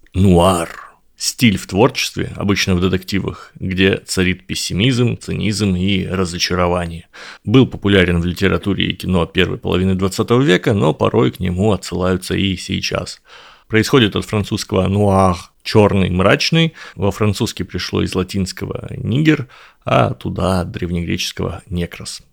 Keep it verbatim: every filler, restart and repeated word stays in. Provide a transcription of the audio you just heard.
Нуар. Стиль в творчестве, обычно в детективах, где царит пессимизм, цинизм и разочарование. Был популярен в литературе и кино первой половины двадцатого века, но порой к нему отсылаются и сейчас. Происходит от французского «нуар» – черный, мрачный, во французский пришло из латинского «нигер», а туда от древнегреческого «некрос».